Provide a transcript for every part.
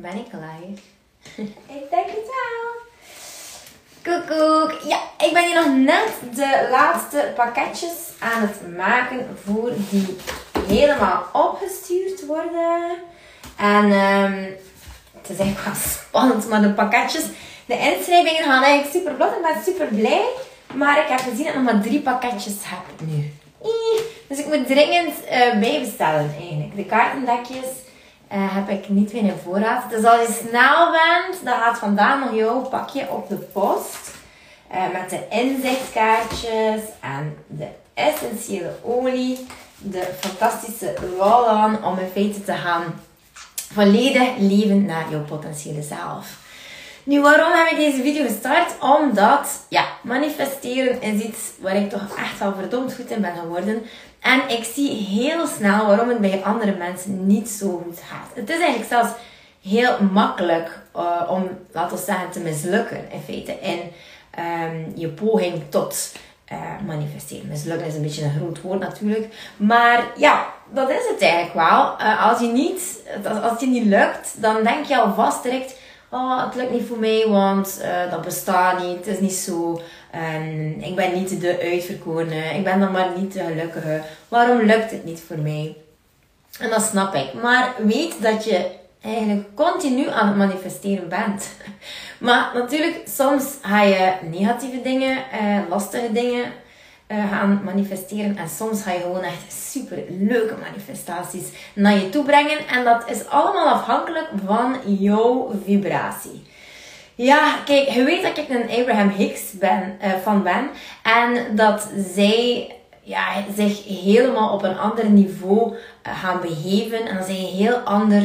Ben ik live? Ik denk het wel. Koekoek. Ja, ik ben hier nog net de laatste pakketjes aan het maken voor die helemaal opgestuurd worden. En het is echt wel spannend, maar de pakketjes, de inschrijvingen gaan eigenlijk super vlot. Ik ben super blij. Maar ik heb gezien dat ik nog maar 3 pakketjes heb nu. Dus ik moet dringend bijbestellen eigenlijk. De kaartendekjes heb ik niet meer in voorraad. Dus als je snel bent, dan gaat vandaag nog jouw pakje op de post. Met de inzichtkaartjes en de essentiële olie. De fantastische roll-on om in feite te gaan volledig leven naar jouw potentiële zelf. Nu, waarom heb ik deze video gestart? Omdat, manifesteren is iets waar ik toch echt wel verdomd goed in ben geworden. En ik zie heel snel waarom het bij andere mensen niet zo goed gaat. Het is eigenlijk zelfs heel makkelijk om, laten we zeggen, te mislukken in feite. In je poging tot manifesteren. Mislukken is een beetje een groot woord natuurlijk. Maar ja, dat is het eigenlijk wel. Als het je niet lukt, dan denk je alvast direct... Oh, het lukt niet voor mij, want dat bestaat niet. Het is niet zo. Ik ben niet de uitverkorene. Ik ben dan maar niet de gelukkige. Waarom lukt het niet voor mij? En dat snap ik. Maar weet dat je eigenlijk continu aan het manifesteren bent. Maar natuurlijk, soms ga je negatieve dingen, lastige dingen gaan manifesteren. En soms ga je gewoon echt super leuke manifestaties naar je toe brengen. En dat is allemaal afhankelijk van jouw vibratie. Ja, kijk, je weet dat ik een Abraham Hicks fan ben. En dat zij zich helemaal op een ander niveau gaan begeven. En dat zij heel ander...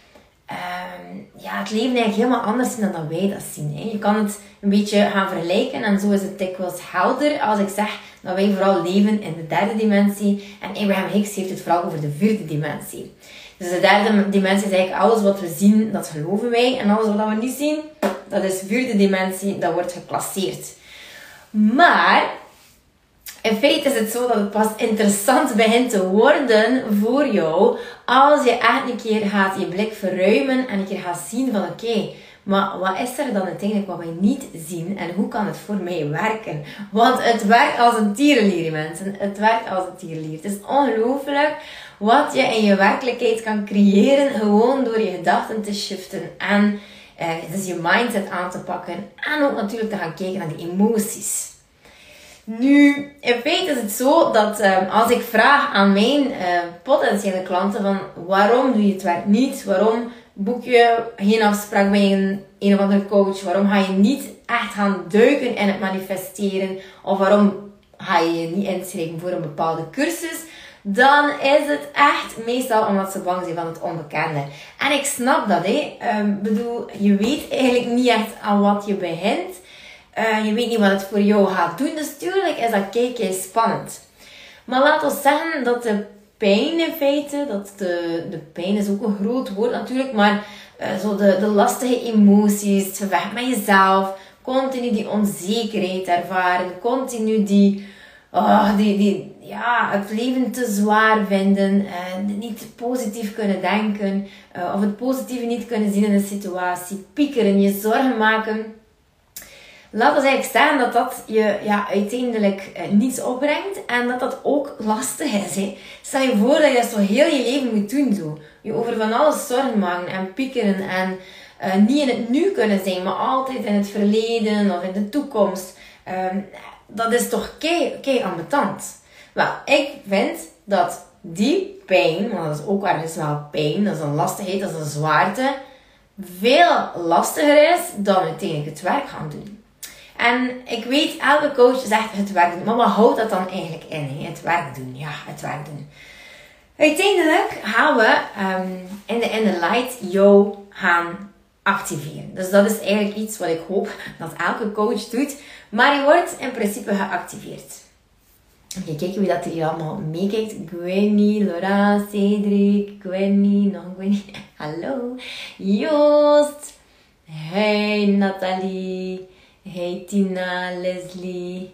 het leven eigenlijk helemaal anders zien dan dat wij dat zien. Hè. Je kan het een beetje gaan vergelijken en zo is het dikwijls helder als ik zeg dat wij vooral leven in de 3e dimensie en Abraham Hicks heeft het vooral over de 4e dimensie. Dus de 3e dimensie is eigenlijk alles wat we zien, dat geloven wij. En alles wat we niet zien, dat is 4e dimensie, dat wordt geclasseerd. Maar... in feite is het zo dat het pas interessant begint te worden voor jou als je echt een keer gaat je blik verruimen en een keer gaat zien van oké, maar wat is er dan uiteindelijk wat wij niet zien en hoe kan het voor mij werken? Want het werkt als een tierenlier, mensen. Het werkt als een tierenlier. Het is ongelooflijk wat je in je werkelijkheid kan creëren gewoon door je gedachten te shiften en dus je mindset aan te pakken en ook natuurlijk te gaan kijken naar die emoties. Nu, in feite is het zo dat als ik vraag aan mijn potentiële klanten van waarom doe je het werk niet, waarom boek je geen afspraak bij een of andere coach, waarom ga je niet echt gaan duiken in het manifesteren of waarom ga je je niet inschrijven voor een bepaalde cursus, dan is het echt meestal omdat ze bang zijn van het onbekende. En ik snap dat, je weet eigenlijk niet echt aan wat je begint. Je weet niet wat het voor jou gaat doen. Dus tuurlijk is dat kei spannend. Maar laten we zeggen dat de pijn in feite, dat de pijn is ook een groot woord natuurlijk, maar zo de lastige emoties, het gevecht met jezelf, continu die onzekerheid ervaren, continu het leven te zwaar vinden, niet positief kunnen denken, of het positieve niet kunnen zien in een situatie, piekeren, je zorgen maken. Laten we eigenlijk zeggen dat je uiteindelijk niets opbrengt en dat ook lastig is. Hè. Stel je voor dat je dat zo heel je leven moet doen. Zo. Je over van alles zorgen maken en piekeren en niet in het nu kunnen zijn, maar altijd in het verleden of in de toekomst. Dat is toch kei ambetant. Wel, ik vind dat die pijn, want dat is ook ergens wel pijn, dat is een lastigheid, dat is een zwaarte, veel lastiger is dan uiteindelijk het werk gaan doen. En ik weet, elke coach zegt het werk doen. Maar wat houdt dat dan eigenlijk in? Hè? Het werk doen. Ja, het werk doen. Uiteindelijk gaan we in de light jou gaan activeren. Dus dat is eigenlijk iets wat ik hoop dat elke coach doet. Maar je wordt in principe geactiveerd. Even kijken wie dat er hier allemaal meekijkt. Gwenny, Laura, Cedric, Gwenny, nog Gwenny. Hallo. Joost. Hey, Nathalie. Hey Tina, Leslie.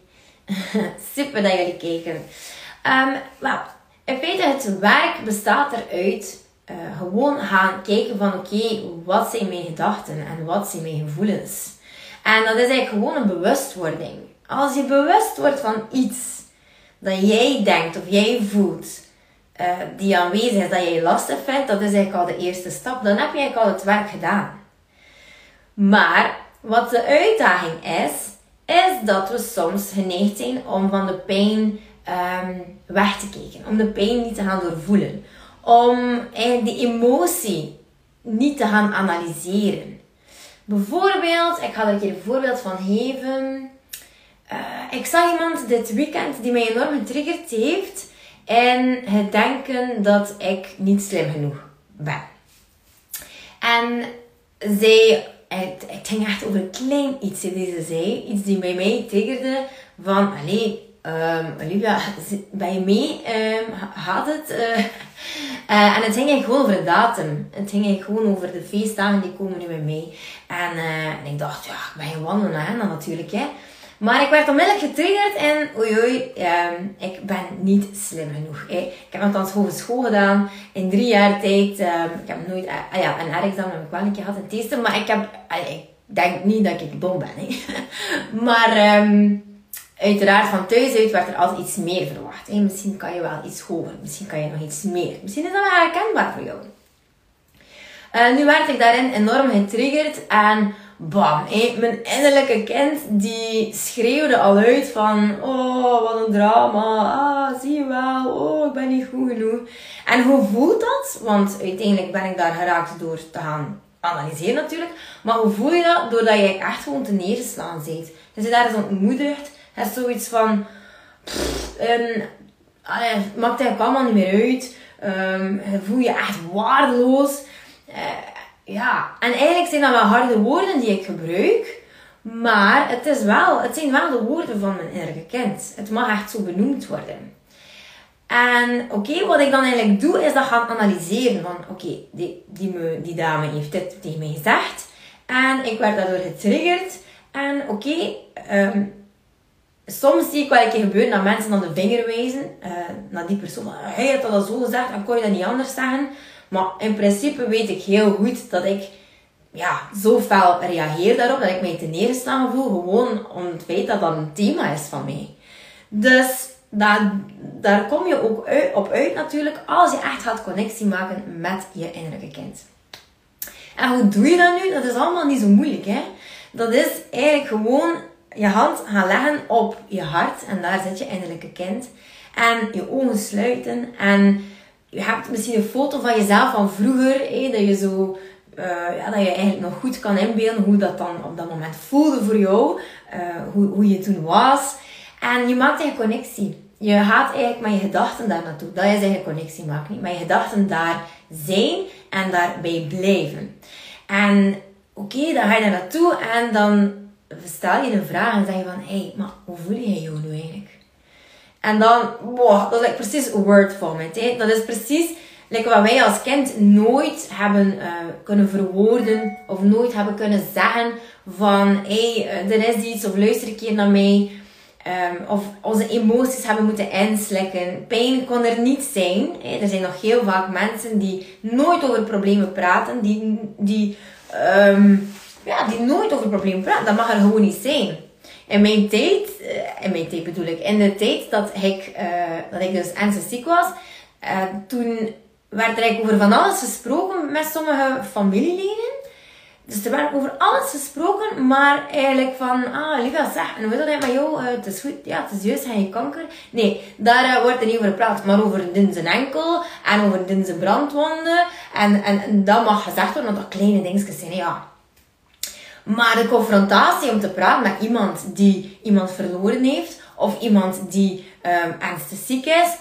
Super dat jullie kijken. In feite, het werk bestaat eruit gewoon gaan kijken van oké, wat zijn mijn gedachten en wat zijn mijn gevoelens. En dat is eigenlijk gewoon een bewustwording. Als je bewust wordt van iets dat jij denkt of jij voelt, die aanwezig is, dat jij lastig vindt, dat is eigenlijk al de eerste stap. Dan heb je eigenlijk al het werk gedaan. Maar wat de uitdaging is dat we soms geneigd zijn om van de pijn weg te kijken. Om de pijn niet te gaan doorvoelen. Om eigenlijk die emotie niet te gaan analyseren. Bijvoorbeeld, ik ga er een keer een voorbeeld van geven. Ik zag iemand dit weekend die mij enorm getriggerd heeft in het denken dat ik niet slim genoeg ben. En zij, het ging echt over een klein iets die ze zei. Iets die bij mij triggerde van, Olivia, ben je mee? Gaat het? En het ging eigenlijk gewoon over de datum. Het ging eigenlijk gewoon over de feestdagen die komen nu bij mij. En ik dacht, ja, ik ben je wandelen dan natuurlijk. Hè. Maar ik werd onmiddellijk getriggerd en ik ben niet slim genoeg. Hè. Ik heb nogthans hogeschool gedaan in 3 jaar tijd. Ik heb nooit, een R-examen heb ik wel een keer gehad in testen. Maar ik denk niet dat ik dom ben. Hè. Maar uiteraard van thuis uit werd er altijd iets meer verwacht. Hè. Misschien kan je wel iets hoger, misschien kan je nog iets meer. Misschien is dat wel herkenbaar voor jou. Nu werd ik daarin enorm getriggerd en bam, mijn innerlijke kind die schreeuwde al uit van oh, wat een drama, zie je wel, oh, ik ben niet goed genoeg. En hoe voelt dat? Want uiteindelijk ben ik daar geraakt door te gaan analyseren natuurlijk. Maar hoe voel je dat? Doordat je echt gewoon te neergeslagen bent. Dus je daar is ontmoedigd. Het is zoiets van het maakt eigenlijk allemaal niet meer uit. Je voel je echt waardeloos. En eigenlijk zijn dat wel harde woorden die ik gebruik. Maar het zijn wel de woorden van mijn innerlijke kind. Het mag echt zo benoemd worden. En wat ik dan eigenlijk doe, is dat gaan analyseren. Van die dame heeft dit tegen mij gezegd. En ik werd daardoor getriggerd. En soms zie ik wel een keer gebeuren dat mensen dan de vinger wijzen. Naar die persoon. Hij had dat al zo gezegd, dan kon je dat niet anders zeggen. Maar in principe weet ik heel goed dat ik zo fel reageer daarop. Dat ik mij te neergeslagen voel. Gewoon om het feit dat dat een thema is van mij. Dus daar kom je ook op uit natuurlijk. Als je echt gaat connectie maken met je innerlijke kind. En hoe doe je dat nu? Dat is allemaal niet zo moeilijk. Hè? Dat is eigenlijk gewoon je hand gaan leggen op je hart. En daar zit je innerlijke kind. En je ogen sluiten. En je hebt misschien een foto van jezelf van vroeger. Dat je zo dat je eigenlijk nog goed kan inbeelden hoe dat dan op dat moment voelde voor jou. Hoe je toen was. En je maakt een connectie. Je gaat eigenlijk met je gedachten daar naartoe. Dat is eigenlijk connectie maken. Niet met je gedachten daar zijn en daarbij blijven. En dan ga je daar naartoe en dan stel je een vraag en zeg je van maar hoe voel je jou nu eigenlijk? En dan, dat is precies word vomit. Dat is precies wat wij als kind nooit hebben kunnen verwoorden of nooit hebben kunnen zeggen van er is iets of luister een keer naar mij. Of onze emoties hebben moeten inslikken. Pijn kon er niet zijn. Er zijn nog heel vaak mensen die nooit over problemen praten. Die nooit over problemen praten. Dat mag er gewoon niet zijn. In mijn tijd bedoel ik. In de tijd dat ik dus ernstig ziek was. Toen werd er eigenlijk over van alles gesproken met sommige familieleden. Dus er werd over alles gesproken, maar eigenlijk van, Olivia, zeg, en hoe is dat met jou? Het is goed, ja, het is juist, heb je kanker? Nee, daar wordt er niet over gepraat, maar over zijn enkel en over zijn brandwonden. En dat mag gezegd worden, want dat kleine dingetjes zijn, ja. Maar de confrontatie om te praten met iemand die iemand verloren heeft, of iemand die ernstig ziek is,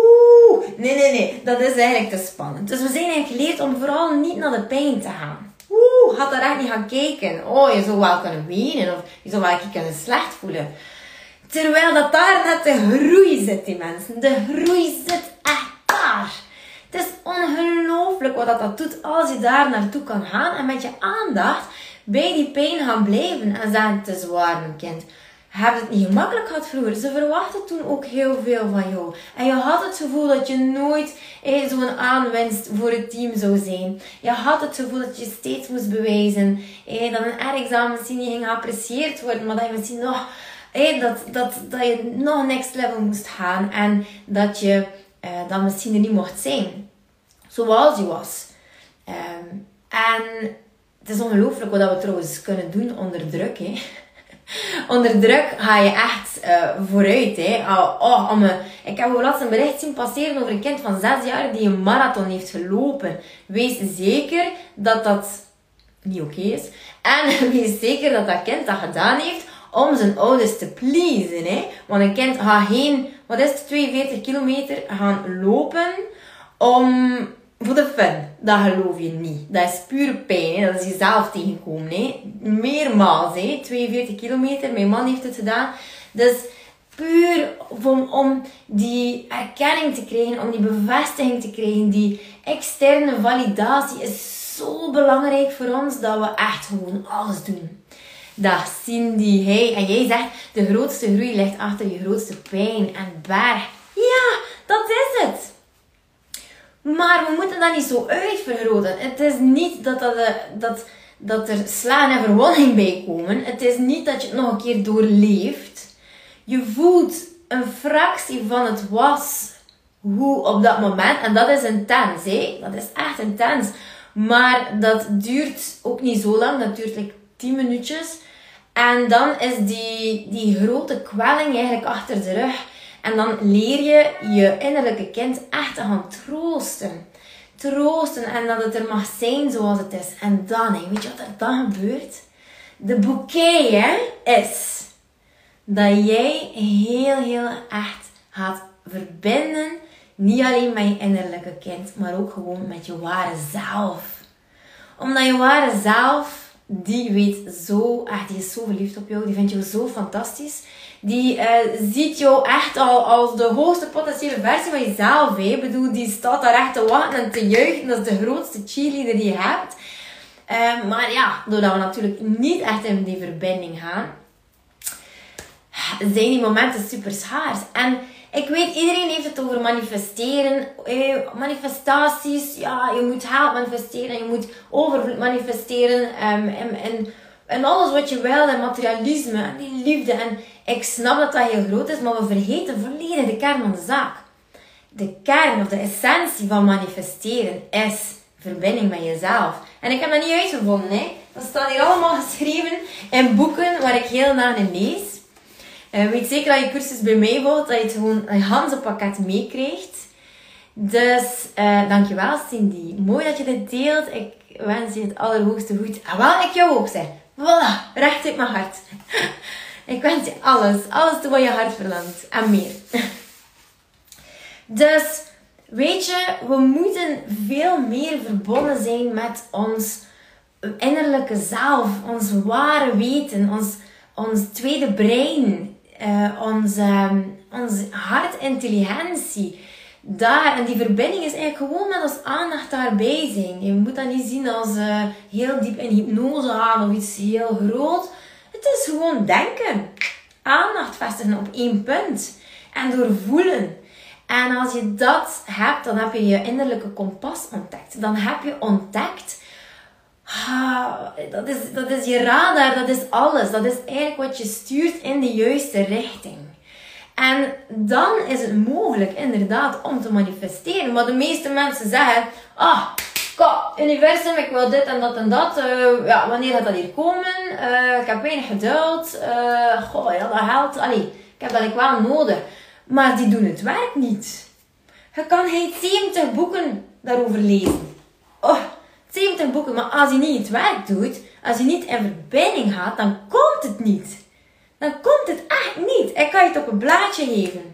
nee, dat is eigenlijk te spannend. Dus we zijn eigenlijk geleerd om vooral niet naar de pijn te gaan. Had daar echt niet gaan kijken. Je zou wel kunnen wenen. Of je zou wel een keer kunnen slecht voelen. Terwijl dat daar net de groei zit, die mensen. De groei zit echt daar. Het is ongelooflijk wat dat doet als je daar naartoe kan gaan. En met je aandacht bij die pijn gaan blijven. En zeggen, het is waar, mijn kind. hebt het niet gemakkelijk gehad vroeger. Ze verwachten toen ook heel veel van jou. En je had het gevoel dat je nooit zo'n aanwinst voor het team zou zijn. Je had het gevoel dat je steeds moest bewijzen. Dat een R-examen misschien niet ging geapprecieerd worden. Maar dat je misschien nog... dat je nog next level moest gaan. En dat je dan misschien er niet mocht zijn. Zoals je was. En het is ongelooflijk wat we trouwens kunnen doen onder druk. Onder druk ga je echt vooruit. Ik heb laatst een bericht zien passeren over een kind van 6 jaar die een marathon heeft gelopen. Wees zeker dat dat niet oké is. En wees zeker dat dat kind dat gedaan heeft om zijn ouders te pleasen. Want een kind gaat geen, 42 kilometer gaan lopen voor de fun. Dat geloof je niet. Dat is pure pijn. Dat is jezelf tegenkomen. Meermaals. 42 kilometer. Mijn man heeft het gedaan. Dus puur om die erkenning te krijgen. Om die bevestiging te krijgen. Die externe validatie is zo belangrijk voor ons. Dat we echt gewoon alles doen. Dat Cindy, hij en jij zegt. De grootste groei ligt achter je grootste pijn en berg. Ja, dat is het. Maar we moeten dat niet zo uitvergroten. Het is niet dat er slaan en verwonding bij komen. Het is niet dat je het nog een keer doorleeft. Je voelt een fractie van het was hoe op dat moment. En dat is intens. Dat is echt intens. Maar dat duurt ook niet zo lang. Dat duurt 10 minuutjes. En dan is die grote kwelling eigenlijk achter de rug. En dan leer je innerlijke kind echt te gaan troosten. Troosten en dat het er mag zijn zoals het is. En dan, weet je wat er dan gebeurt? De bouquet is dat jij heel echt gaat verbinden. Niet alleen met je innerlijke kind, maar ook gewoon met je ware zelf. Omdat je ware zelf, die weet zo, echt, die is zo verliefd op jou, die vindt jou zo fantastisch. Die ziet jou echt al als de hoogste potentiële versie van jezelf. Ik bedoel, die staat daar echt te wachten en te juichen. Dat is de grootste cheerleader die je hebt. Maar ja, doordat we natuurlijk niet echt in die verbinding gaan, zijn die momenten super schaars. En ik weet, iedereen heeft het over manifesteren. Manifestaties, ja, je moet geld manifesteren. Je moet overvloed manifesteren. En alles wat je wil, en materialisme, en die liefde. En ik snap dat dat heel groot is, maar we vergeten volledig de kern van de zaak. De kern of de essentie van manifesteren is verbinding met jezelf. En ik heb dat niet uitgevonden. Dat staat hier allemaal geschreven in boeken waar ik heel naar in lees. Weet zeker dat je cursus bij mij volgt, dat je het gewoon een ganzenpakket meekrijgt. Dus, dankjewel Cindy. Mooi dat je dit deelt. Ik wens je het allerhoogste goed. En wel, ik jou ook zeg. Voilà, recht uit mijn hart. Ik wens je alles toe wat je hart verlangt. En meer. Dus, weet je, we moeten veel meer verbonden zijn met ons innerlijke zelf. Ons ware weten. Ons tweede brein. Onze hartintelligentie. Daar, en die verbinding is eigenlijk gewoon met ons aandacht daarbij zijn. Je moet dat niet zien als heel diep in hypnose gaan of iets heel groot. Het is gewoon denken. Aandacht vestigen op één punt. En doorvoelen. En als je dat hebt, dan heb je je innerlijke kompas ontdekt. Dan heb je ontdekt, dat is je radar, dat is alles. Dat is eigenlijk wat je stuurt in de juiste richting. En dan is het mogelijk inderdaad om te manifesteren. Maar de meeste mensen zeggen, universum, ik wil dit en dat en dat. Wanneer gaat dat hier komen? Ik heb weinig geduld. Dat geld. Ik heb dat wel nodig. Maar die doen het werk niet. Je kan 70 boeken daarover lezen. 70 boeken. Maar als je niet het werk doet, als je niet in verbinding gaat, dan komt het niet. Dan komt het echt niet. Ik kan je het op een blaadje geven.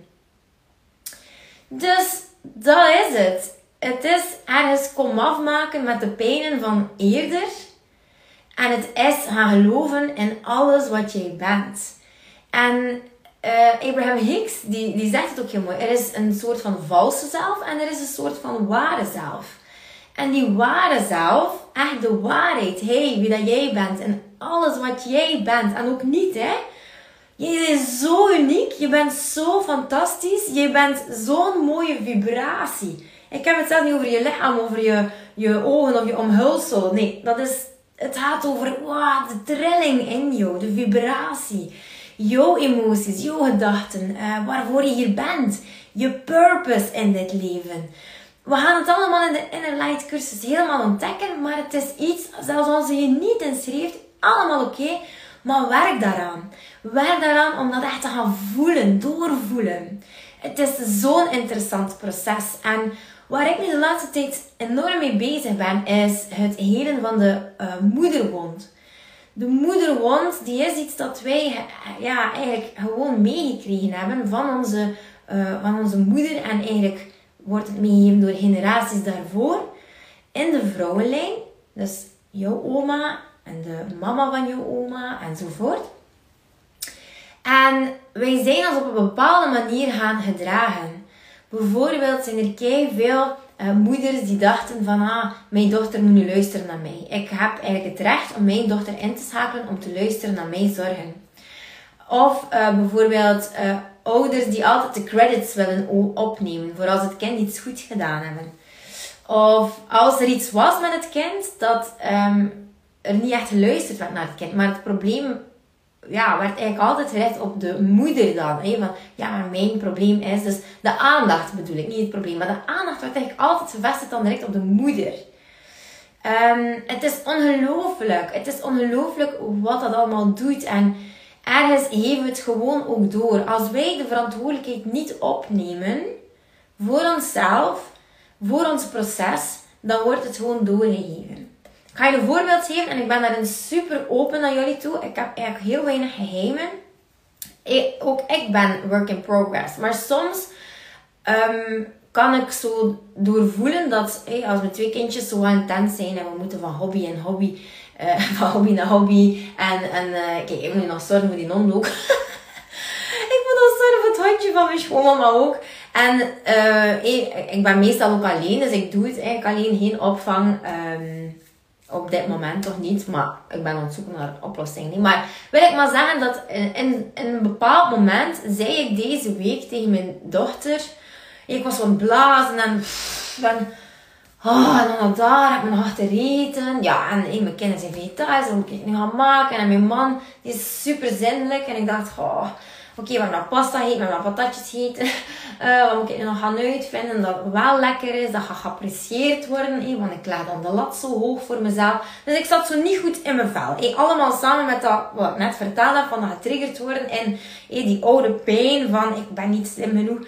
Dus dat is het. Het is ergens kom afmaken met de pijnen van eerder. En het is gaan geloven in alles wat jij bent. En Abraham Hicks, die zegt het ook heel mooi. Er is een soort van valse zelf en er is een soort van ware zelf. En die ware zelf, echt de waarheid, wie dat jij bent en alles wat jij bent en ook niet, Je bent zo uniek. Je bent zo fantastisch. Je bent zo'n mooie vibratie. Ik heb het zelf niet over je lichaam, over je ogen of je omhulsel. Nee, het gaat over de trilling in jou. De vibratie. Jouw emoties, jouw gedachten. Waarvoor je hier bent. Je purpose in dit leven. We gaan het allemaal in de Inner Light cursus helemaal ontdekken. Maar het is iets, zelfs als je je niet inschreef, allemaal oké. Maar werk daaraan. Werk daaraan om dat echt te gaan voelen, doorvoelen. Het is zo'n interessant proces. En waar ik nu de laatste tijd enorm mee bezig ben, is het helen van de moederwond. De moederwond, die is iets dat wij eigenlijk gewoon meegekregen hebben van onze moeder. En eigenlijk wordt het meegegeven door generaties daarvoor. In de vrouwenlijn. Dus jouw oma en de mama van jouw oma enzovoort. En wij zijn ons op een bepaalde manier gaan gedragen. Bijvoorbeeld zijn er veel moeders die dachten van, mijn dochter moet nu luisteren naar mij. Ik heb eigenlijk het recht om mijn dochter in te schakelen om te luisteren naar mijn zorgen. Of bijvoorbeeld ouders die altijd de credits willen opnemen voor als het kind iets goed gedaan hebben. Of als er iets was met het kind dat er niet echt geluisterd werd naar het kind. Maar het probleem werd eigenlijk altijd gericht op de moeder dan. Van, maar mijn probleem is dus de aandacht bedoel ik. Niet het probleem, maar de aandacht werd eigenlijk altijd gevestigd dan direct op de moeder. Het is ongelooflijk. Het is ongelooflijk wat dat allemaal doet. En ergens geven we het gewoon ook door. Als wij de verantwoordelijkheid niet opnemen voor onszelf, voor ons proces, dan wordt het gewoon doorgegeven. Ik ga je een voorbeeld geven en ik ben daarin super open naar jullie toe. Ik heb eigenlijk heel weinig geheimen. Ook ik ben work in progress. Maar soms kan ik zo doorvoelen dat als mijn 2 kindjes zo intens zijn en we moeten van hobby en hobby, van hobby naar hobby. En kijk, ik moet nu nog zorgen voor die hond ook. Ik moet nog zorgen voor het hondje van mijn schoonmama ook. En ik ben meestal ook alleen, dus ik doe het eigenlijk alleen, geen opvang. Op dit moment toch niet, maar ik ben aan het zoeken naar een oplossing. Maar wil ik maar zeggen dat in een bepaald moment zei ik deze week tegen mijn dochter. Ik was van blazen en en dan daar heb ik me nog achter eten. Ja, en mijn kinderen zijn vegetarisch, dat moet ik nu gaan maken. En mijn man, die is super zindelijk. En ik dacht, oké, we hebben nog pasta gegeten, we hebben nog patatjes gegeten. Wat moet ik nu nog gaan uitvinden dat wel lekker is, dat gaat geapprecieerd worden. Want ik leg dan de lat zo hoog voor mezelf. Dus ik zat zo niet goed in mijn vel. Allemaal samen met dat, wat ik net verteld heb, van dat getriggerd worden. En die oude pijn van, ik ben niet slim genoeg.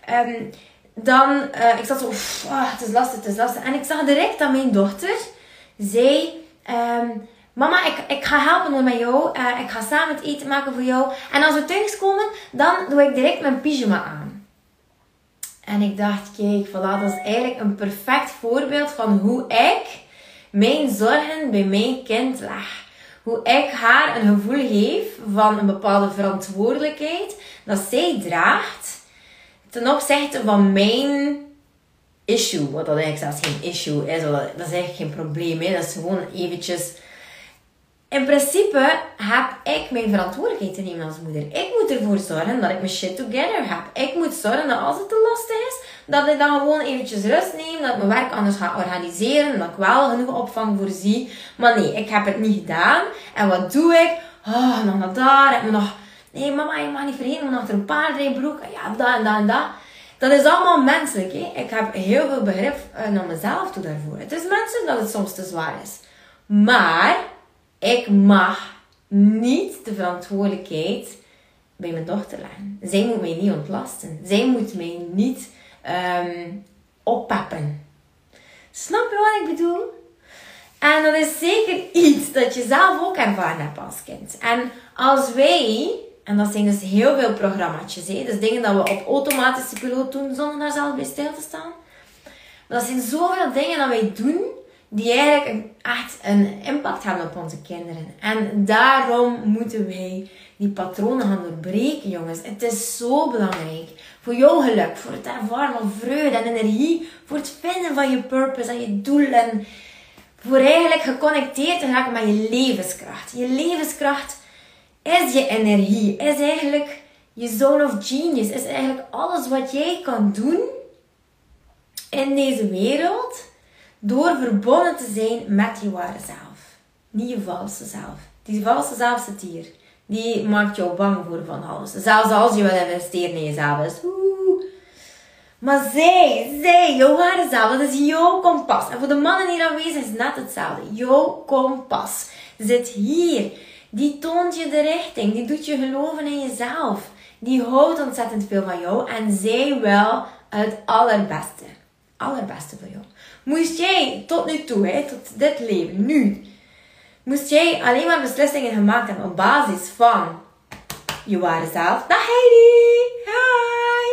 Ik zat zo, het is lastig. En ik zag direct dat mijn dochter zei, mama, ik ga helpen met jou. Ik ga samen het eten maken voor jou. En als we thuiskomen, dan doe ik direct mijn pyjama aan. En ik dacht, kijk, voilà, dat is eigenlijk een perfect voorbeeld van hoe ik mijn zorgen bij mijn kind leg. Hoe ik haar een gevoel geef van een bepaalde verantwoordelijkheid dat zij draagt ten opzichte van mijn issue. Wat dat eigenlijk zelfs geen issue is, dat is eigenlijk geen probleem. Dat is gewoon eventjes. In principe heb ik mijn verantwoordelijkheid te nemen als moeder. Ik moet ervoor zorgen dat ik mijn shit together heb. Ik moet zorgen dat als het te lastig is, dat ik dan gewoon eventjes rust neem. Dat ik mijn werk anders ga organiseren. Dat ik wel genoeg opvang voorzie. Maar nee, ik heb het niet gedaan. En wat doe ik? Nog naar daar. Heb me nog. Nee mama, je mag niet vergeten. Ik moet achter een paardrijbroek. Ja, dat en dat en dat. Dat is allemaal menselijk. Ik heb heel veel begrip naar mezelf toe daarvoor. Het is menselijk dat het soms te zwaar is. Maar ik mag niet de verantwoordelijkheid bij mijn dochter leggen. Zij moet mij niet ontlasten. Zij moet mij niet oppeppen. Snap je wat ik bedoel? En dat is zeker iets dat je zelf ook ervaren hebt als kind. En als wij, en dat zijn dus heel veel programma's, dus dingen dat we op automatische piloot doen zonder daar zelf bij stil te staan. Maar dat zijn zoveel dingen dat wij doen die eigenlijk echt een impact hebben op onze kinderen. En daarom moeten wij die patronen gaan doorbreken, jongens. Het is zo belangrijk. Voor jouw geluk, voor het ervaren van vreugde en energie. Voor het vinden van je purpose en je doel. En voor eigenlijk geconnecteerd te raken met je levenskracht. Je levenskracht is je energie. Is eigenlijk je zone of genius. Is eigenlijk alles wat jij kan doen in deze wereld. Door verbonden te zijn met je ware zelf. Niet je valse zelf. Die valse zelf zit hier. Die maakt jou bang voor van alles. Zelfs als je wil investeren in jezelf. Is maar zij, jouw ware zelf, dat is jouw kompas. En voor de mannen hier aanwezig is het net hetzelfde. Jouw kompas zit hier. Die toont je de richting. Die doet je geloven in jezelf. Die houdt ontzettend veel van jou. En zij wil het allerbeste. Allerbeste voor jou. Moest jij tot nu toe, tot dit leven, nu... Moest jij alleen maar beslissingen gemaakt hebben op basis van je ware zelf. Dag Heidi! Hi!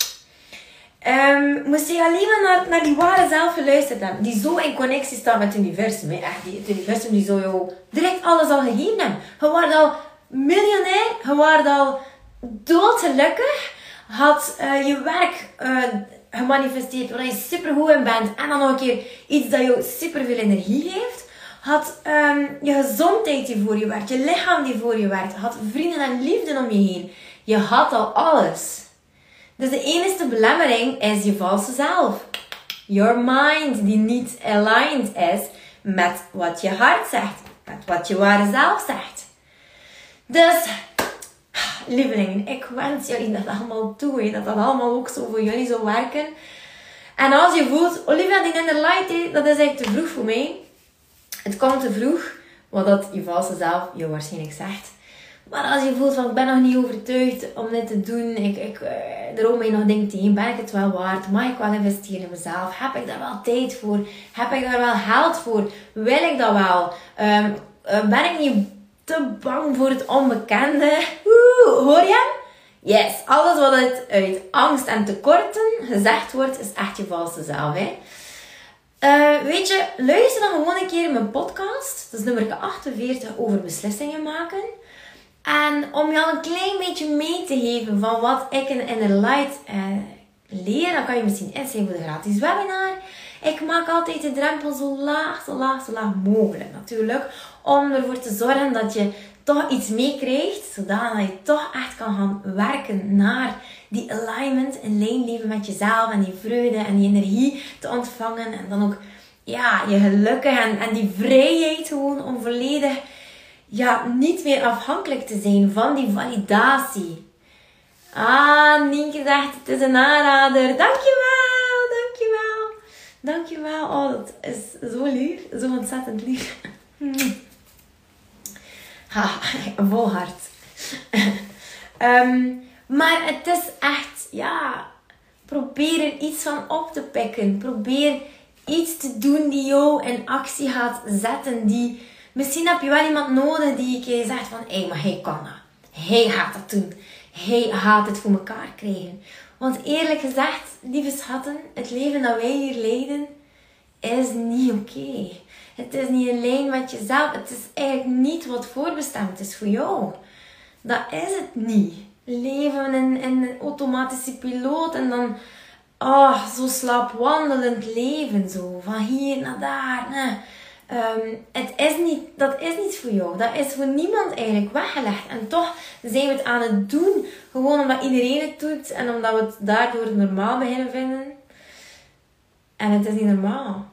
Moest jij alleen maar naar die ware zelf geluisterd hebben. Die zo in connectie staat met het universum. Echt, het universum die zo jou direct alles al gegeven hebben. Je wordt al miljonair. Je wordt al doodgelukkig. Had je werk gemanifesteerd waar je super goed in bent. En dan nog een keer iets dat jou super veel energie geeft. Had je gezondheid die voor je werkt. Je lichaam die voor je werkt. Had vrienden en liefde om je heen. Je had al alles. Dus de enige belemmering is je valse zelf. Your mind die niet aligned is met wat je hart zegt. Met wat je ware zelf zegt. Dus, lievelingen, ik wens jullie dat allemaal toe. Dat allemaal ook zo voor jullie zou werken. En als je voelt, Olivia, die inner light, dat is eigenlijk te vroeg voor mij. Het komt te vroeg, wat dat je valse zelf je waarschijnlijk zegt. Maar als je voelt van, ik ben nog niet overtuigd om dit te doen. Er ook mij nog dingen tegen. Ben ik het wel waard? Mag ik wel investeren in mezelf? Heb ik daar wel tijd voor? Heb ik daar wel geld voor? Wil ik dat wel? Ben ik niet te bang voor het onbekende? Hoor je? Yes, alles wat uit angst en tekorten gezegd wordt, is echt je valse zelf. Weet je, luister dan gewoon een keer in mijn podcast. Dat is nummer 48 over beslissingen maken. En om je al een klein beetje mee te geven van wat ik in Inner Light leer, dan kan je misschien inschrijven voor de gratis webinar. Ik maak altijd de drempel zo laag mogelijk natuurlijk. Om ervoor te zorgen dat je toch iets meekrijgt. Zodat je toch echt kan gaan werken naar die alignment. In lijn leven met jezelf. En die vreugde en die energie te ontvangen. En dan ook ja, je gelukkig en die vrijheid gewoon om volledig niet meer afhankelijk te zijn van die validatie. Nienke zegt het is een aanrader. Dankjewel. Oh, dat is zo lief. Zo ontzettend lief. Vol hart. Maar het is echt, probeer er iets van op te pikken. Probeer iets te doen die jou in actie gaat zetten. Misschien heb je wel iemand nodig die je zegt van, maar hij kan dat. Hij gaat dat doen. Hij gaat het voor elkaar krijgen. Want eerlijk gezegd, lieve schatten, het leven dat wij hier leiden, is niet oké. Het is niet in lijn met jezelf. Het is eigenlijk niet wat voorbestemd is voor jou. Dat is het niet. Leven in een automatische piloot en dan zo slaapwandelend leven. Zo, van hier naar daar. Dat is niet voor jou. Dat is voor niemand eigenlijk weggelegd. En toch zijn we het aan het doen. Gewoon omdat iedereen het doet. En omdat we het daardoor normaal beginnen vinden. En het is niet normaal.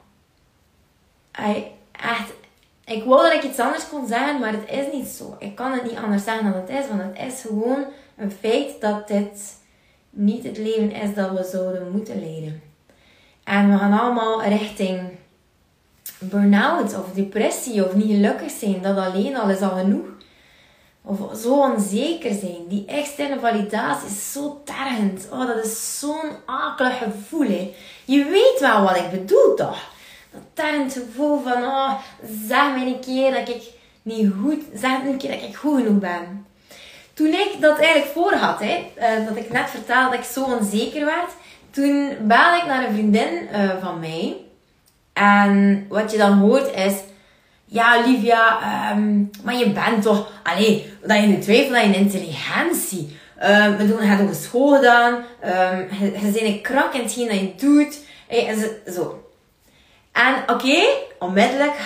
Ik wou dat ik iets anders kon zeggen. Maar het is niet zo. Ik kan het niet anders zeggen dan het is. Want het is gewoon een feit dat dit niet het leven is dat we zouden moeten leiden. En we gaan allemaal richting burn-out of depressie of niet gelukkig zijn. Dat alleen al is al genoeg. Of zo onzeker zijn. Die externe validatie is zo tergend. Dat is zo'n akelig gevoel. Hè. Je weet wel wat ik bedoel toch? Dat tergend gevoel van zeg me een keer dat ik niet goed, zeg me een keer dat ik goed genoeg ben. Toen ik dat eigenlijk voor had, dat ik net vertelde dat ik zo onzeker werd, toen belde ik naar een vriendin van mij. En wat je dan hoort is, ja Olivia, maar je bent toch, dat je nu twijfelt aan je intelligentie. Je hebt ook school gedaan, je bent een krak in hetgeen dat je doet. Zo. En oké, onmiddellijk, ik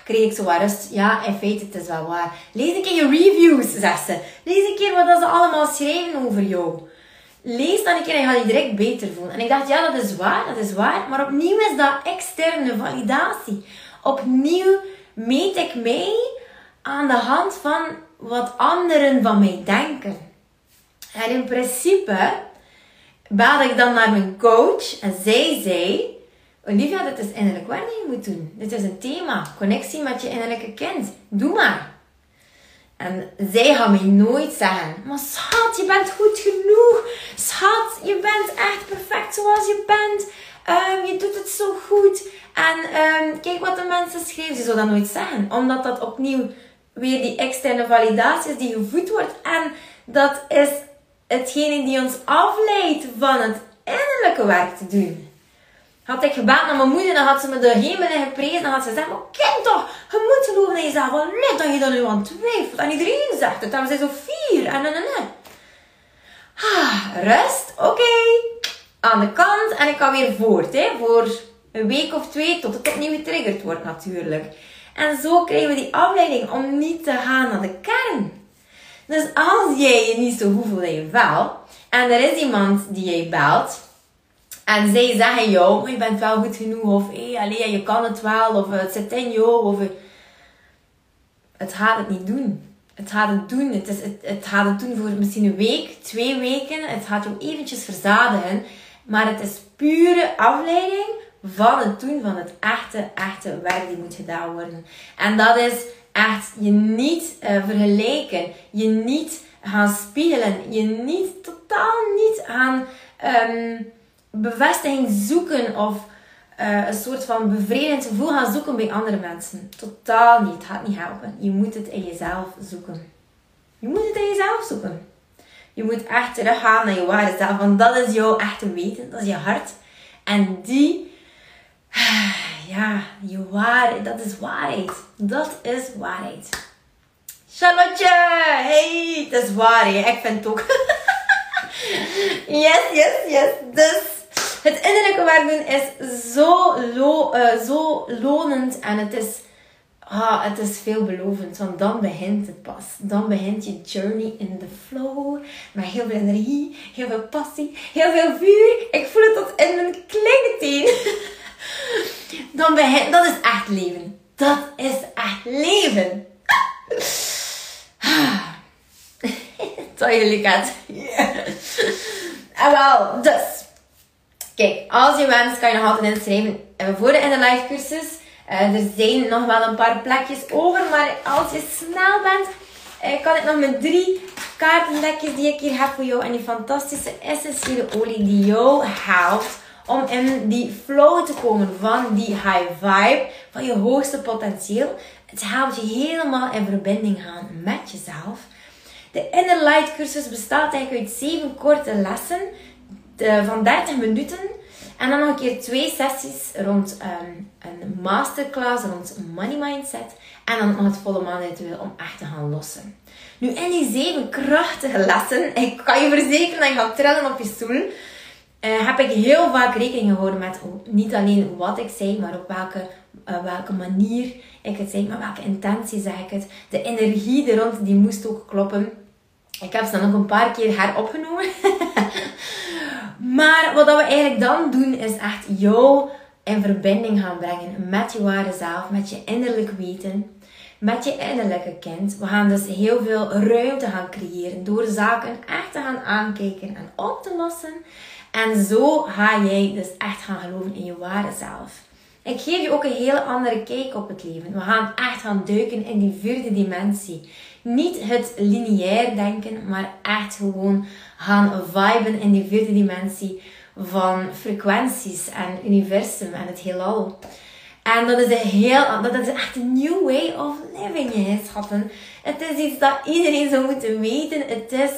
kreeg ik zo wat rust. Ja, in feite, het is wel waar. Lees een keer je reviews, zegt ze. Lees een keer wat ze allemaal schrijven over jou. Lees dan een keer en je gaat je direct beter voelen. En ik dacht, ja, dat is waar. Maar opnieuw is dat externe validatie. Opnieuw meet ik mij aan de hand van wat anderen van mij denken. En in principe belde ik dan naar mijn coach en zij zei: Olivia, dit is innerlijk werk dat je moet doen. Dit is een thema. Connectie met je innerlijke kind. Doe maar. En zij gaat mij nooit zeggen: maar schat, je bent goed genoeg. Schat, je bent echt perfect zoals je bent. Je doet het zo goed. En kijk wat de mensen schrijven. Ze zou dat nooit zeggen. Omdat dat opnieuw weer die externe validatie is die gevoed wordt. En dat is hetgene die ons afleidt van het innerlijke werk te doen. Had ik gebeld naar mijn moeder, dan had ze me de hemel in geprezen. Dan had ze gezegd: maar kind toch, je moet geloven in jezelf. Wat net dat je dan nu aan twijfelt. En iedereen zegt het. En we zijn zo fier. En. Rust, oké. Aan de kant. En ik ga weer voort. Voor een week of 2 tot het opnieuw getriggerd wordt natuurlijk. En zo krijgen we die afleiding om niet te gaan naar de kern. Dus als jij je niet zo goed voelt in je vel. En er is iemand die jij belt. En zij zeggen jou: maar je bent wel goed genoeg. Of je kan het wel. Of het zit in jou. Of het gaat het niet doen. Het gaat het doen. Het gaat het doen voor misschien een week, 2 weken. Het gaat jou eventjes verzadigen. Maar het is pure afleiding van het doen van het echte werk die moet gedaan worden. En dat is echt je niet vergelijken. Je niet gaan spiegelen. Je totaal niet gaan bevestiging zoeken of een soort van bevredigend gevoel gaan zoeken bij andere mensen. Totaal niet. Het gaat niet helpen. Je moet het in jezelf zoeken. Je moet het in jezelf zoeken. Je moet echt teruggaan naar je ware zelf. Want dat is jouw echte weten. Dat is je hart. En dat is waarheid. Dat is waarheid. Charlotte! Hey, dat is waar. Hè? Ik vind het ook. Yes. Dus het innerlijke werk doen is zo lonend. En het is veelbelovend. Want dan begint het pas. Dan begint je journey in the flow. Met heel veel energie, heel veel passie, heel veel vuur. Ik voel het tot in mijn kleine teen. Dat is echt leven. Dat is echt leven. Dat jullie gaat. Yeah. En wel, dus. Kijk, als je wenst kan je nog altijd inschrijven voor de Inner Light cursus. Er zijn nog wel een paar plekjes over. Maar als je snel bent, kan ik nog met 3 kaartendekjes die ik hier heb voor jou. En die fantastische essentiële olie die jou helpt om in die flow te komen van die high vibe, van je hoogste potentieel. Het helpt je helemaal in verbinding gaan met jezelf. De Inner Light cursus bestaat eigenlijk uit 7 korte lessen van 30 minuten. En dan nog een keer 2 sessies rond een masterclass rond money mindset. En dan nog het volle maanritueel om echt te gaan lossen. Nu in die 7 krachtige lessen, ik kan je verzekeren dat je gaat trillen op je stoel. Heb ik heel vaak rekening gehouden met niet alleen wat ik zei, maar op welke manier ik het zei, maar welke intentie zeg ik het. De energie er rond, die moest ook kloppen. Ik heb ze dan nog een paar keer heropgenomen. Maar wat we eigenlijk dan doen, is echt jou in verbinding gaan brengen met je ware zelf, met je innerlijk weten, met je innerlijke kind. We gaan dus heel veel ruimte gaan creëren door zaken echt te gaan aankijken en op te lossen. En zo ga jij dus echt gaan geloven in je ware zelf. Ik geef je ook een hele andere kijk op het leven. We gaan echt gaan duiken in die 4e dimensie. Niet het lineair denken, maar echt gewoon gaan viben in die 4e dimensie van frequenties en universum en het heelal. En dat is echt een new way of living, hè, schatten. Het is iets dat iedereen zou moeten weten. Het is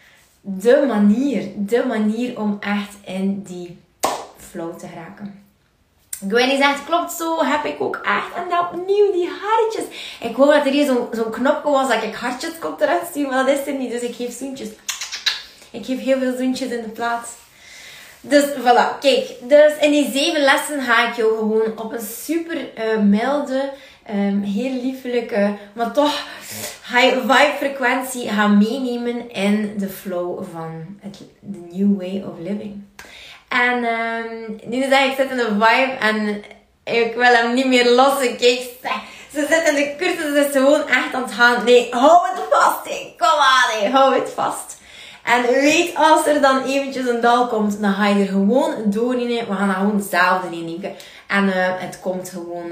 de manier om echt in die flow te geraken. Gwenny zegt, klopt zo, heb ik ook echt. En dan opnieuw die hartjes. Ik hoor dat er hier zo'n knopje was dat ik hartjes kon eruit sturen, maar dat is er niet. Dus ik geef zoentjes. Ik geef heel veel zoentjes in de plaats. Dus voilà, kijk. Dus in die 7 lessen ga ik jou gewoon op een super milde, heel liefelijke, maar toch high vibe frequentie gaan meenemen in de flow van de new way of living. En nu zeg ik zit in de vibe en ik wil hem niet meer lossen. Kijk, ze zit in de cursus, ze is gewoon echt aan het gaan. Nee, hou het vast. Hey. Kom aan, hey. Hou het vast. En weet, als er dan eventjes een dal komt, dan ga je er gewoon doorheen. We gaan dat gewoon zelf erin nemen. En het komt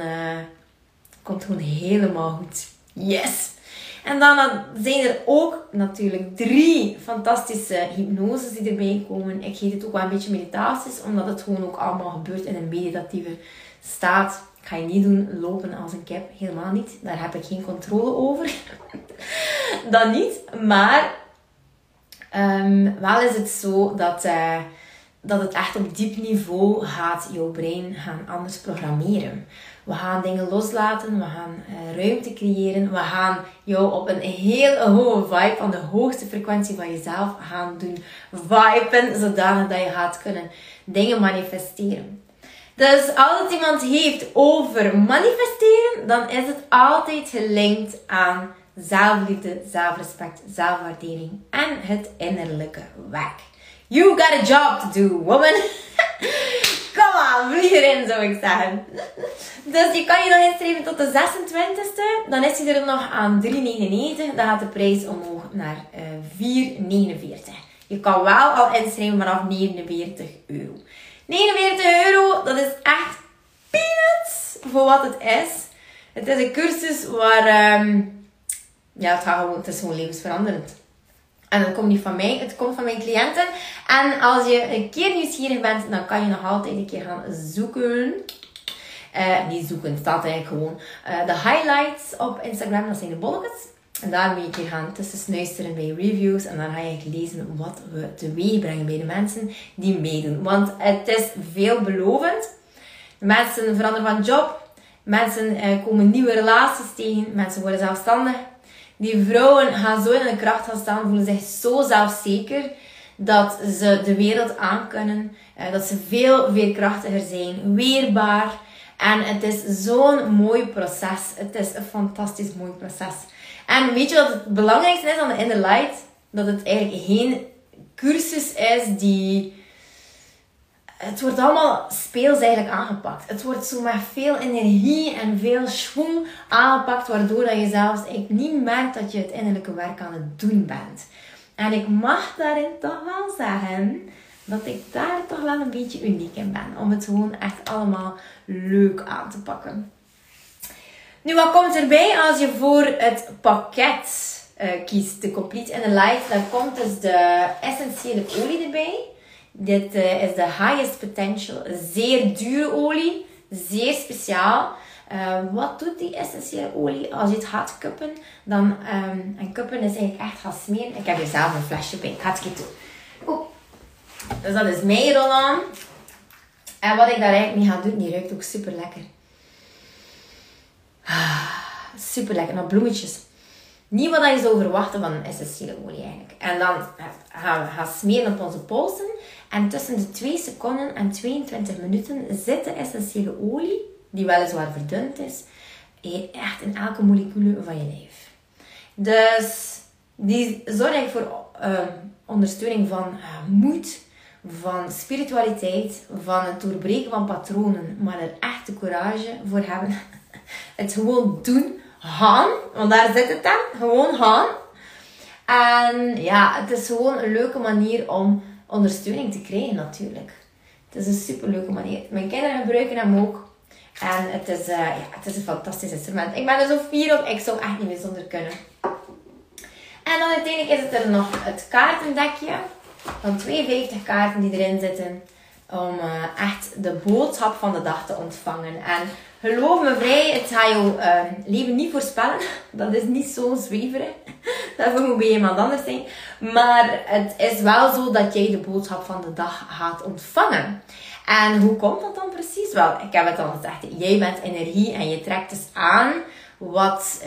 gewoon helemaal goed. Yes! En dan zijn er ook natuurlijk 3 fantastische hypnoses die erbij komen. Ik geef het ook wel een beetje meditaties, omdat het gewoon ook allemaal gebeurt in een meditatieve staat. Ik ga je niet doen lopen als een kip, helemaal niet. Daar heb ik geen controle over. Dat niet. Maar wel is het zo dat het echt op diep niveau gaat jouw brein gaan anders programmeren. We gaan dingen loslaten, we gaan ruimte creëren, we gaan jou op een heel hoge vibe, van de hoogste frequentie van jezelf gaan doen viben, zodanig dat je gaat kunnen dingen manifesteren. Dus als het iemand heeft over manifesteren, dan is het altijd gelinkt aan zelfliefde, zelfrespect, zelfwaardering en het innerlijke werk. You got a job to do, woman. Kom aan, vlieg erin, zou ik zeggen. Dus je kan je nog inschrijven tot de 26e. Dan is hij er nog aan 3,99. Dan gaat de prijs omhoog naar 4,49. Je kan wel al inschrijven vanaf 49 euro. 49 euro, dat is echt peanuts voor wat het is. Het is een cursus waar... het is gewoon levensveranderend. En dat komt niet van mij, het komt van mijn cliënten. En als je een keer nieuwsgierig bent, dan kan je nog altijd een keer gaan zoeken. Niet zoeken, het staat eigenlijk gewoon. De highlights op Instagram, dat zijn de bolletjes. En daar moet je een keer gaan tussen snuisteren bij reviews. En dan ga je lezen wat we teweeg brengen bij de mensen die meedoen. Want het is veelbelovend. De mensen veranderen van job. Mensen komen nieuwe relaties tegen. Mensen worden zelfstandig. Die vrouwen gaan zo in de kracht gaan staan, voelen zich zo zelfzeker dat ze de wereld aankunnen. Dat ze veel veerkrachtiger zijn, weerbaar. En het is zo'n mooi proces. Het is een fantastisch mooi proces. En weet je wat het belangrijkste is aan de Inner Light? Dat het eigenlijk geen cursus is die... Het wordt allemaal speels eigenlijk aangepakt. Het wordt zo met veel energie en veel schwung aangepakt, waardoor dat je zelfs eigenlijk niet merkt dat je het innerlijke werk aan het doen bent. En ik mag daarin toch wel zeggen dat ik daar toch wel een beetje uniek in ben. Om het gewoon echt allemaal leuk aan te pakken. Nu, wat komt erbij als je voor het pakket kiest? De Complete Inner Light. Dan komt dus de essentiële olie erbij. Dit is de Highest Potential. Zeer dure olie. Zeer speciaal. Wat doet die essentiële olie? Als je het gaat kuppen, dan... en kuppen is eigenlijk echt gaan smeren. Ik heb hier zelf een flesje bij. Ik ga het doen. Oeh. Dus dat is mijn roll-on. En wat ik daar eigenlijk mee ga doen, die ruikt ook super lekker. Super lekker. Nou, bloemetjes. Niet wat je zou verwachten van een essentiële olie eigenlijk. En dan gaan we gaan smeren op onze polsen. En tussen de 2 seconden en 22 minuten zit de essentiële olie, die weliswaar verdund is, echt in elke molecule van je lijf. Dus die zorgt voor ondersteuning van moed, van spiritualiteit, van het doorbreken van patronen, maar er echt de courage voor hebben. Het gewoon doen. Gaan, want daar zit het dan. Gewoon gaan. En ja, het is gewoon een leuke manier om ondersteuning te krijgen natuurlijk. Het is een super leuke manier. Mijn kinderen gebruiken hem ook. En het is een fantastisch instrument. Ik ben er zo fier op. Ik zou echt niet meer zonder kunnen. En dan uiteindelijk is het er nog het kaartendekje. Van 52 kaarten die erin zitten. Om echt de boodschap van de dag te ontvangen. En geloof me vrij, het gaat jouw leven niet voorspellen. Dat is niet zo zweverig. Daarvoor moet bij iemand anders zijn. Maar het is wel zo dat jij de boodschap van de dag gaat ontvangen. En hoe komt dat dan precies? Wel, ik heb het al gezegd. Jij bent energie en je trekt dus aan wat...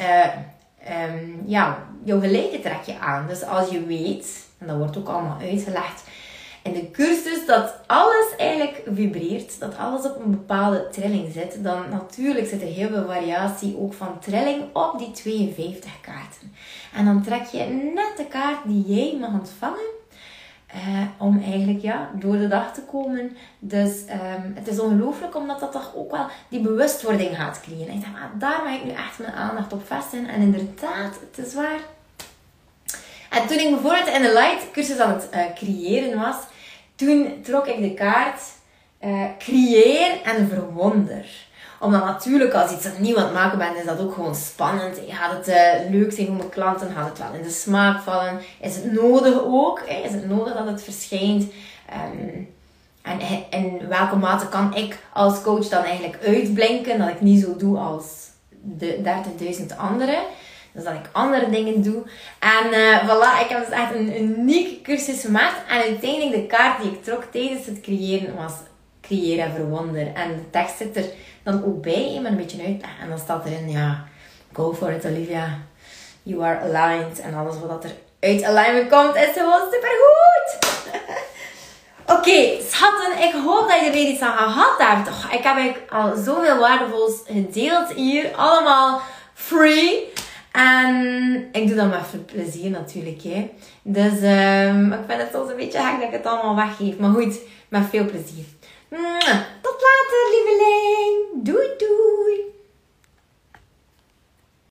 jouw gelijke trek je aan. Dus als je weet, en dat wordt ook allemaal uitgelegd in de cursus dat alles eigenlijk vibreert. Dat alles op een bepaalde trilling zit. Dan natuurlijk zit er heel veel variatie ook van trilling op die 52 kaarten. En dan trek je net de kaart die jij mag ontvangen. Om eigenlijk door de dag te komen. Dus het is ongelooflijk omdat dat toch ook wel die bewustwording gaat creëren. En ik dacht, daar mag ik nu echt mijn aandacht op vestigen. En inderdaad, het is waar. En toen ik bijvoorbeeld in de Light cursus aan het creëren was, toen trok ik de kaart creëer en verwonder. Omdat natuurlijk als iets nieuw aan het maken bent, is dat ook gewoon spannend. Gaat het leuk zijn voor mijn klanten? Gaat het wel in de smaak vallen? Is het nodig ook? Is het nodig dat het verschijnt? En in welke mate kan ik als coach dan eigenlijk uitblinken? Dat ik niet zo doe als de 30.000 anderen. Dus dat ik andere dingen doe. En voilà, ik heb dus echt een uniek cursus gemaakt. En uiteindelijk de kaart die ik trok tijdens het creëren was creëer en verwonder. En de tekst zit er dan ook bij, met een beetje uitleg. En dan staat erin, go for it Olivia. You are aligned. En alles wat er uit alignment komt is gewoon supergoed. Oké, schatten, ik hoop dat je er weer iets aan gehad hebt. Ik heb eigenlijk al zoveel waardevols gedeeld hier. Allemaal free. En ik doe dat met veel plezier natuurlijk. Hè. Dus ik vind het soms een beetje gek dat ik het allemaal weggeef. Maar goed, met veel plezier.